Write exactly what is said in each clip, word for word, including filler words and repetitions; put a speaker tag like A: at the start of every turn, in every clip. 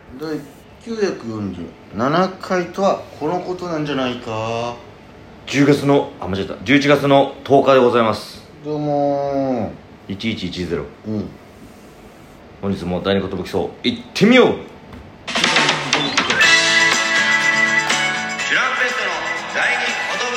A: だいきゅうひゃくよんじゅうななかいとはこのことなんじゃないか。
B: じゅうがつのあ間違えたじゅういちがつのとおかでございます。
A: どうも
B: いちいちいちゼロ。
A: ー。うん。
B: 本日も第二言武器層行ってみよう。チュランペットの第二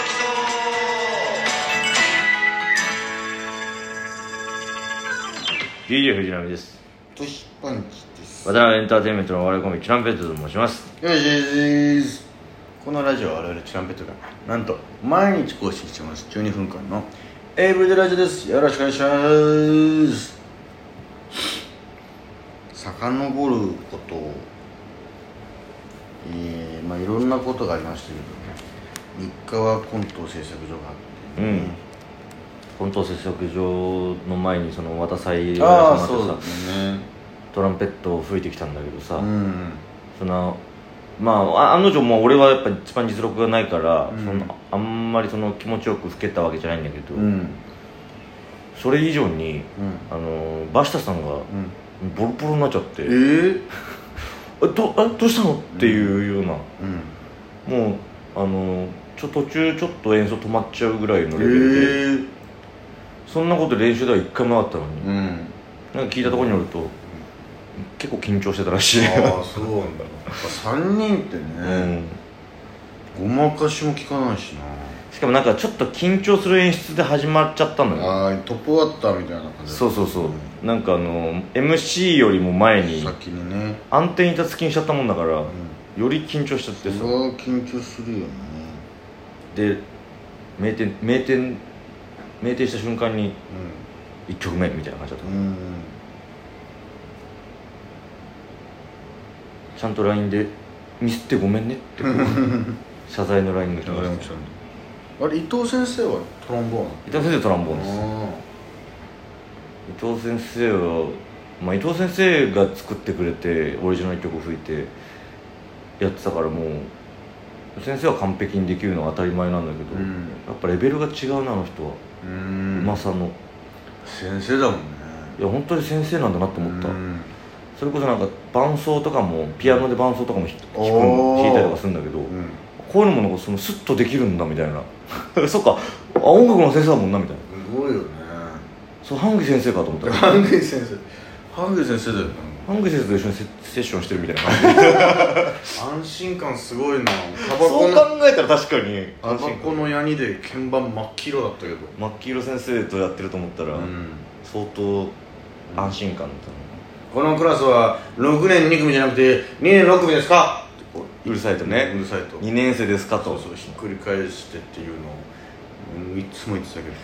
B: 言武器層。 ディージェー 藤波です。
A: トシパンチです。
B: 渡辺エンターテインメントのお笑いコンビチュランペットと申します。
A: よろしいです。このラジオは我々チュランペットがなんと毎日更新してますじゅうにふんかんのエイブリデイラジオです。よろしくお願いします。遡ることを、えー、まあいろんなことがありましたけどね。みっかはコント製作所があって、ね、
B: うんコント製作所の前にその渡祭
A: あ
B: が
A: あそうだね。
B: トランペットを吹いてきたんだけどさ、
A: うん、
B: そのまあ案の定もう俺はやっぱ一番実力がないから、
A: うん、
B: そのあんまりその気持ちよく吹けたわけじゃないんだけど、
A: うん、
B: それ以上に、
A: うん、
B: あのバシタさんがボロボロになっちゃって、
A: えー、
B: えどえどうしたのっていうような、
A: うん、
B: もうあのちょ途中ちょっと演奏止まっちゃうぐらいのレベルで、
A: えー、
B: そんなこと練習では一回もなかったのに、
A: うん、
B: なんか聞いたところによると、うん、結構緊張してたらしい。
A: ああそうなんだ。さんにんってね、うん、ごまかしも効かないしな。
B: しかもなんかちょっと緊張する演出で始まっちゃったのよ。
A: ああトップバッターみたいな感じ。
B: そうそうそう、うん、なんかあの エムシー よりも前に
A: 先にね
B: 安定に立つ気にしちゃったもんだから、うん、より緊張しちゃってさ。
A: それは緊張するよね。
B: で名店名店名店した瞬間にいっきょくめみたいな感じだった、うん、ちゃんと ライン でミスってごめんねって謝罪の ライン が来ました。
A: あれ伊藤先生はトランボーン？
B: 伊藤先生トランボーンです。伊藤先生は、まあ、伊藤先生が作ってくれてオリジナル曲を吹いてやってたから、もう先生は完璧にできるのは当たり前なんだけど、うん、やっぱレベルが違うなあの人は。うまさの
A: 先生だもんね。
B: いや本当に先生なんだなと思った。それこそなんか伴奏とかもピアノで伴奏とかも弾く弾いたりとかするんだけど、うん、こういうのもなんかそのスッとできるんだみたいなそっか、あ音楽の先生だもんなみたいな。
A: すごいよね。そう
B: ハンギ先生かと思ったら
A: ハンギ先生ハンギ先生だよね。
B: ハンギ先生と一緒にセセッションしてるみたいな感じ
A: 安心感すごいな。
B: タバコそう考えたら確かに
A: タバコのヤニで鍵盤真っ黄色だったけど、
B: 真っ黄色先生とやってると思ったら、うん、相当安心感だったの、
A: このクラスはろくねんに組じゃなくてにねんろっ組ですかってこ
B: ううるさいとね、
A: うるさいと
B: にねん生ですかと、
A: そうそうひっくり返してっていうのをいつも言ってたけ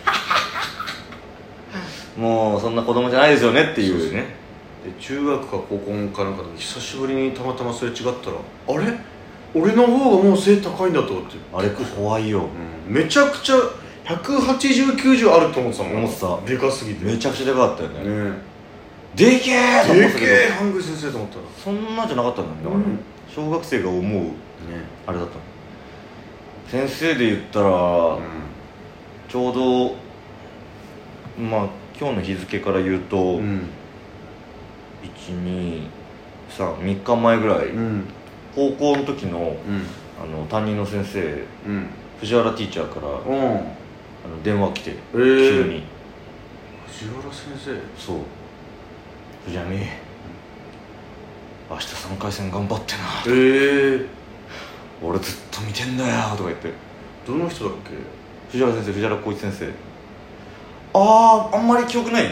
B: どもうそんな子供じゃないですよねっていうね。そうそう
A: で中学か高校かなんかで久しぶりにたまたますれ違ったら、あれ俺の方がもう背高いんだと思って、
B: あれ怖いよ、
A: うん、めちゃくちゃひゃくはちじゅう、きゅうじゅうあると思ってたもん。
B: 思ってた。
A: でかすぎて
B: めちゃくちゃでかかったよね。ね
A: で
B: けーと思ったけど、
A: でけーハング先生と思ったら
B: そんなじゃなかったんだよ、ね、うん、小学生が思う、ね、あれだったの。先生で言ったら、うん、ちょうどまあ今日の日付から言うと、うん、いち、に、さん、みっかまえぐらい、うん、高校の時の、うん、あの担任の先生、うん、藤原ティーチャーから、うん、あの電話来て、えー、急に
A: 藤原先生。そう
B: 藤波、うん、明日さんかい戦頑張ってな。
A: えー、
B: 俺ずっと見てんだよとか言って。
A: どの人だっけ？
B: 藤原先生、藤原浩一先生。ああ、あんまり記憶ない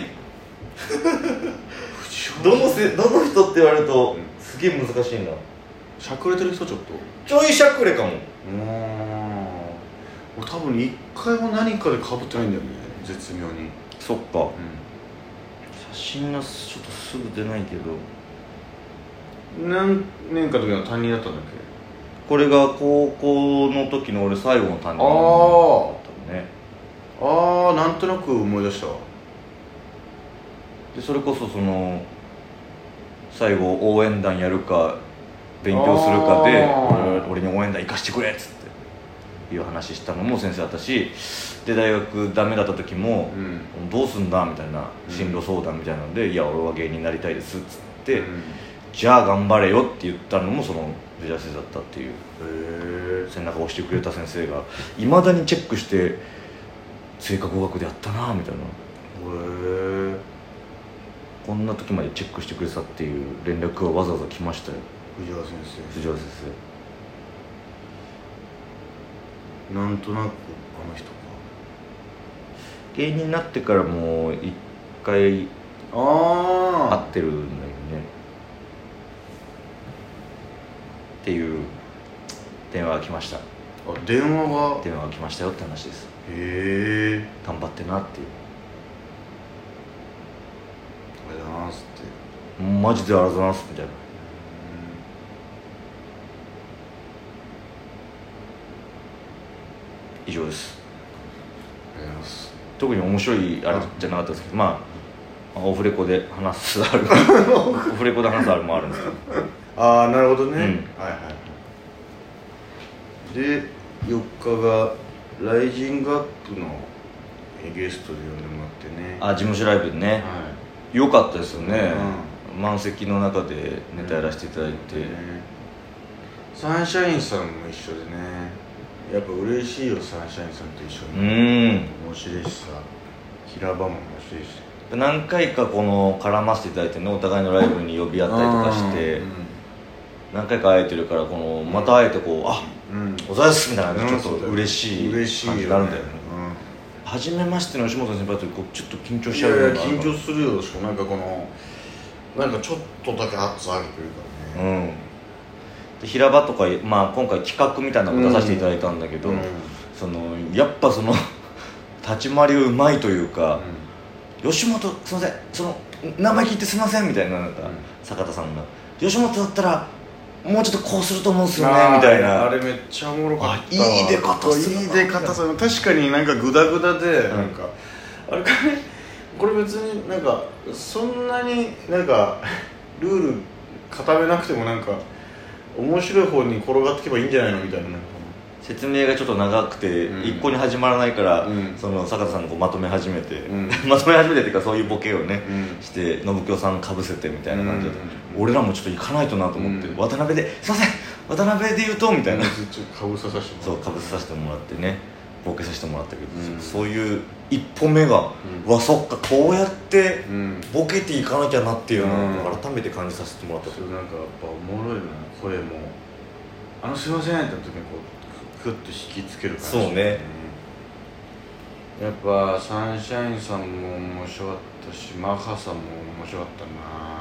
B: どのせどの人って言われると、うん、すげえ難しいな。
A: しゃくれてる人ちょっと
B: ちょいしゃくれかも。
A: うん、俺多分一回も何かで被ってないんだよね、絶妙に。
B: そっか、うん、写真がちょっとすぐ出ないけど。
A: 何年かの時の担任だったんだっけ？
B: これが高校の時の俺最後の担任だったね。
A: ああ、なんとなく思い出したわ。
B: でそれこそその最後応援団やるか勉強するかで俺に応援団行かしてくれっつっていう話したのも先生だったし、で大学ダメだった時も、うん、どうすんだみたいな進路相談みたいなので、うん、いや俺は芸人になりたいですっつって、うん、 じゃあ頑張れよって言ったのもその藤原先生だったっていう。
A: へえ。
B: 背中を押してくれた先生がいまだにチェックして追加合格でやったなみたいな、
A: へえ。
B: こんな時までチェックしてくれたっていう連絡がわざわざ来ましたよ。
A: 藤原先生。
B: 藤原先
A: なんとなくあの人か。
B: 生芸人になってからもう一回会
A: あ
B: ってるんだよねっていう電話が来ました。
A: あ。あ、電話が。
B: 電話が来ましたよって話です。
A: へえ。
B: 頑張ってなっていう。
A: ありがとうございますって。
B: マジでありがとうございますみたいな。以上です。
A: ありがとうございます。
B: 特に面白いあれじゃなかったですけど、まあオフレコで話すあるオフレコで話すあるもあるんですけど
A: ああ、なるほどね、うん、はいはい。でよっかがライジングアップのゲストで呼んでもらってね。
B: あ、事務所ライブでね、はい、よかったですよね、うん、満席の中でネタやらせていただいて、うんね、
A: サンシャインさんも一緒でね、やっぱ嬉しいよ、サンシャインさんと一緒に。うん、面白いしさ、平場も面白いし、
B: 何回かこの絡ませていただいてね、お互いのライブに呼び合ったりとかして、うん、何回か会えてるから、このまた会えてこう、うん、あ、うん、おざいますみたいな、ちょっと嬉しい感じになるんだよね。初めましての吉本先輩とこうちょっと緊張しちゃうような。
A: いやいや緊張するよ。しかもなんかこのなんかちょっとだけ圧あるというかね、
B: うん、で平場とか、まあ、今回企画みたいなのを出させていただいたんだけど、うん、そのやっぱその立ち回りがうまいというか、うん、吉本すいません、その名前聞いてすいませんみたいな、なんか、うん、坂田さんが吉本だったらもうちょっとこうすると思うんですよねみたいな。
A: あれめっちゃおもろかった。
B: いい出方するな。
A: いい出方する。確かになんかグダグダで、うん、なんかあれかね、これ別になんかそんなになんかルール固めなくてもなんか面白い方に転がっていけばいいんじゃないのみたいな、なんか
B: 説明がちょっと長くて、うん、一向に始まらないから、うん、その坂田さんがこうまとめ始めて、うん、まとめ始めてっていうか、そういうボケをね、うん、して信京さんかぶせてみたいな感じだった、うん、俺らもちょっと行かないとなと思って、うん、渡辺で「すいません渡辺で言うと」みたいな、
A: かぶさせてもらって、
B: そうかぶさせてもらってね、ボケさせてもらったけど、うん、そういう一歩目が、うん、わ、そっか、こうやってボケていかなきゃなっていうのを改めて感じさせてもらった。
A: それなんかやっぱおもろいな、声も「あのすいません」って時にこうグッと引きつける感じ、
B: そうね、
A: やっぱサンシャインさんも面白かったし、マハさんも面白かったな。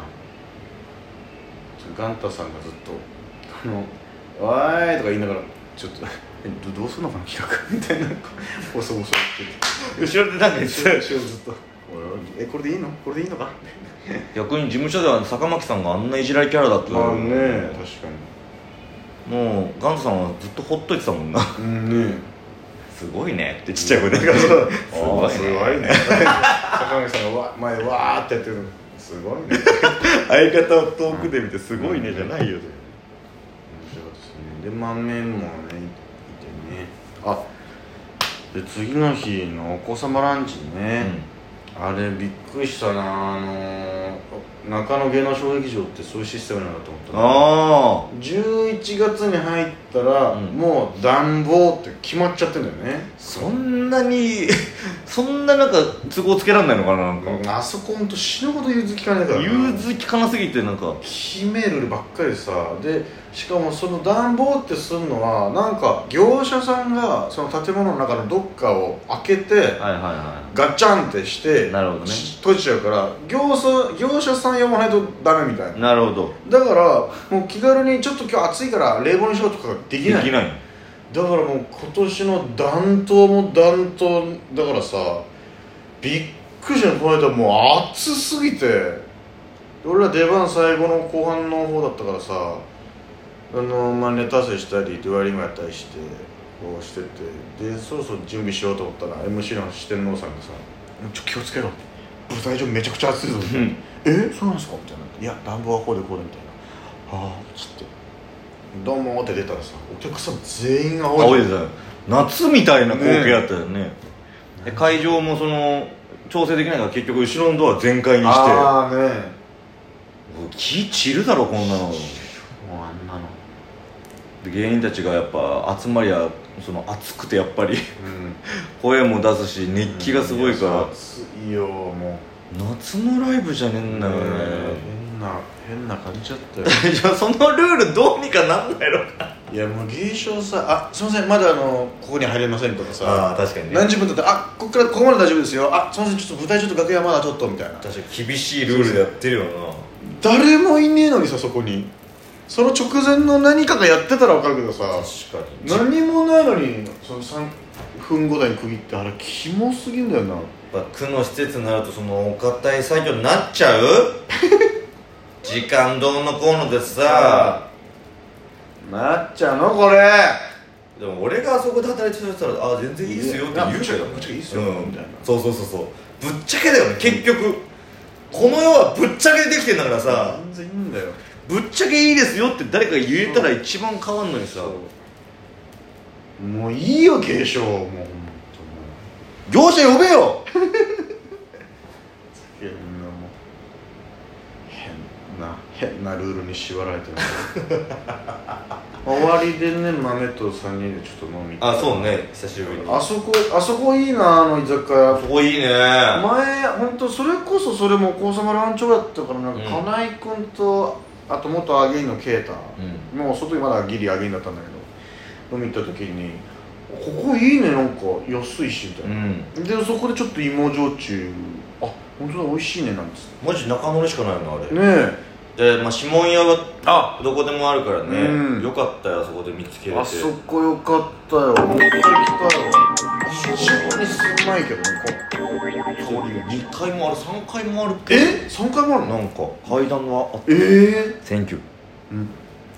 A: ガンタさんがずっと「あのおーい」とか言いながらちょっとえどうすんのかな企画みたいな、ボソボソって
B: 後ろでなんか言ってたよ、
A: 後ろずっと「えこれでいいのこれでいいのか?」
B: 逆に事務所では坂巻さんがあんないじられキャラだった
A: ら、まあね、確かに
B: もうガンタさんはずっとほっといてたもんな、
A: うんね、
B: すごいねってちっちゃい声で、す
A: ごいすごいね坂巻さんがわ前わーってやってるのすごいね
B: 相方を遠くで見てすごいねじゃないよ、面白かったですね。で
A: 満面もねいてね、あで次の日のお子様ランチね、うん、あれびっくりしたな。あのー、中野芸能小劇場ってそういうシステムなんだと思ったな。あじゅういちがつに入ったら、うん、もう暖房って決まっちゃってんだよね。
B: そんなにそんななんか都合つけられないのかな。なんか、
A: うん、あそこほんと死ぬほど融通きかないからな。
B: 融通きかなすぎてなんか
A: 決めるばっかりでさ、でしかもその暖房ってするのはなんか業者さんがその建物の中のどっかを開けて、はいはいはい、ガチャンってして
B: なるほど、ね、
A: 閉じちゃうから業者、業者さん呼ばないとダメみたいな。
B: なるほど。
A: だからもう気軽にちょっと今日暑いから冷房にしようとかできない。
B: できない。
A: だからもう今年の暖冬も暖冬だからさ、びっくりしたの。この間もう暑すぎて、俺ら出番最後の後半の方だったからさ、あのまあ、ネタ合わせしたりデュアリングやったりしてこうしてて、でそろそろ準備しようと思ったら エムシー の四天王さんがさ「ちょ気をつけろ」って「舞台上めちゃくちゃ暑いぞ」みたいな「えそうなんですか?」みたいな「いや暖房はこうでこうで」みたいな「はあ」っつって「どうも」って出たらさ、お客さん全員が
B: 青いですよ。夏みたいな光景やったよね。で会場もその調整できないから結局後ろのドア全開にして、
A: ああね、
B: 気散るだろこんなの。
A: もうあんなの
B: で芸人たちがやっぱ集まりやその熱くてやっぱり
A: うん
B: 声も出すし熱気がすごいから、
A: うん、熱いよもう
B: 夏のライブじゃねえんだよね。
A: 変な変な感じだったよ
B: じゃあそのルールどうにかなんないのか。
A: いやもう芸商さあすいませんまだあのここに入れませんとかさ
B: ああ確かにね
A: 何十分経ってあここからここまで大丈夫ですよあすいませんちょっと舞台ちょっと楽屋まだちょっとみたいな
B: 確かに厳しいルールでやってるよな。
A: 誰もいねえのにさそこにその直前の何かがやってたら分かるけどさ
B: 確かに
A: 何もないのにそのさんぷんご台に区切ってあれキモすぎんだよな。
B: やっぱ区の施設になるとそのお堅い作業になっちゃう時間どうのこうのでさ
A: なっちゃうのこれ。
B: でも俺があそこで働いてたらあ全然いいっすよって言うけど
A: ぶっちゃけいいっすよ、
B: うん、
A: みたいな
B: そうそうそうそうぶっちゃけだよね結局この世はぶっちゃけでできてんだからさ
A: 全然いいんだよ
B: ぶっちゃけいいですよって誰かが言えたら一番変わんのにさ
A: もういいよ芸商もうほんとも
B: 業者呼べよ
A: う変なもう変な変なルールに縛られてる終わりでね豆とさんにんでちょっと飲みに行った
B: あそうね久しぶりに
A: あそこあそこいいなあの居酒屋
B: そこいいね
A: 前本当それこそそれも高様ランチョだったからなんか、
B: うん
A: 金井君とあと元アゲインのケイタ、
B: うん
A: もうその時まだギリアゲインだったんだけど飲み行った時にここいいねなんか安いしみたいな、
B: うん
A: でそこでちょっと芋焼酎あ本当だ美味しいねなんつっ
B: マジ中野にしかないのあれ
A: てね
B: で、まあ、指紋屋は
A: あ
B: どこでもあるからね、
A: うん
B: よかったよあそこで見つけれて
A: えあそこよかったよ本当に来たよ非常にすまいけどねこ香りが
B: にかいもあるさんかいもあるって
A: えさんかいもあるの
B: なんか階段があって
A: ええ
B: センキュー
A: うん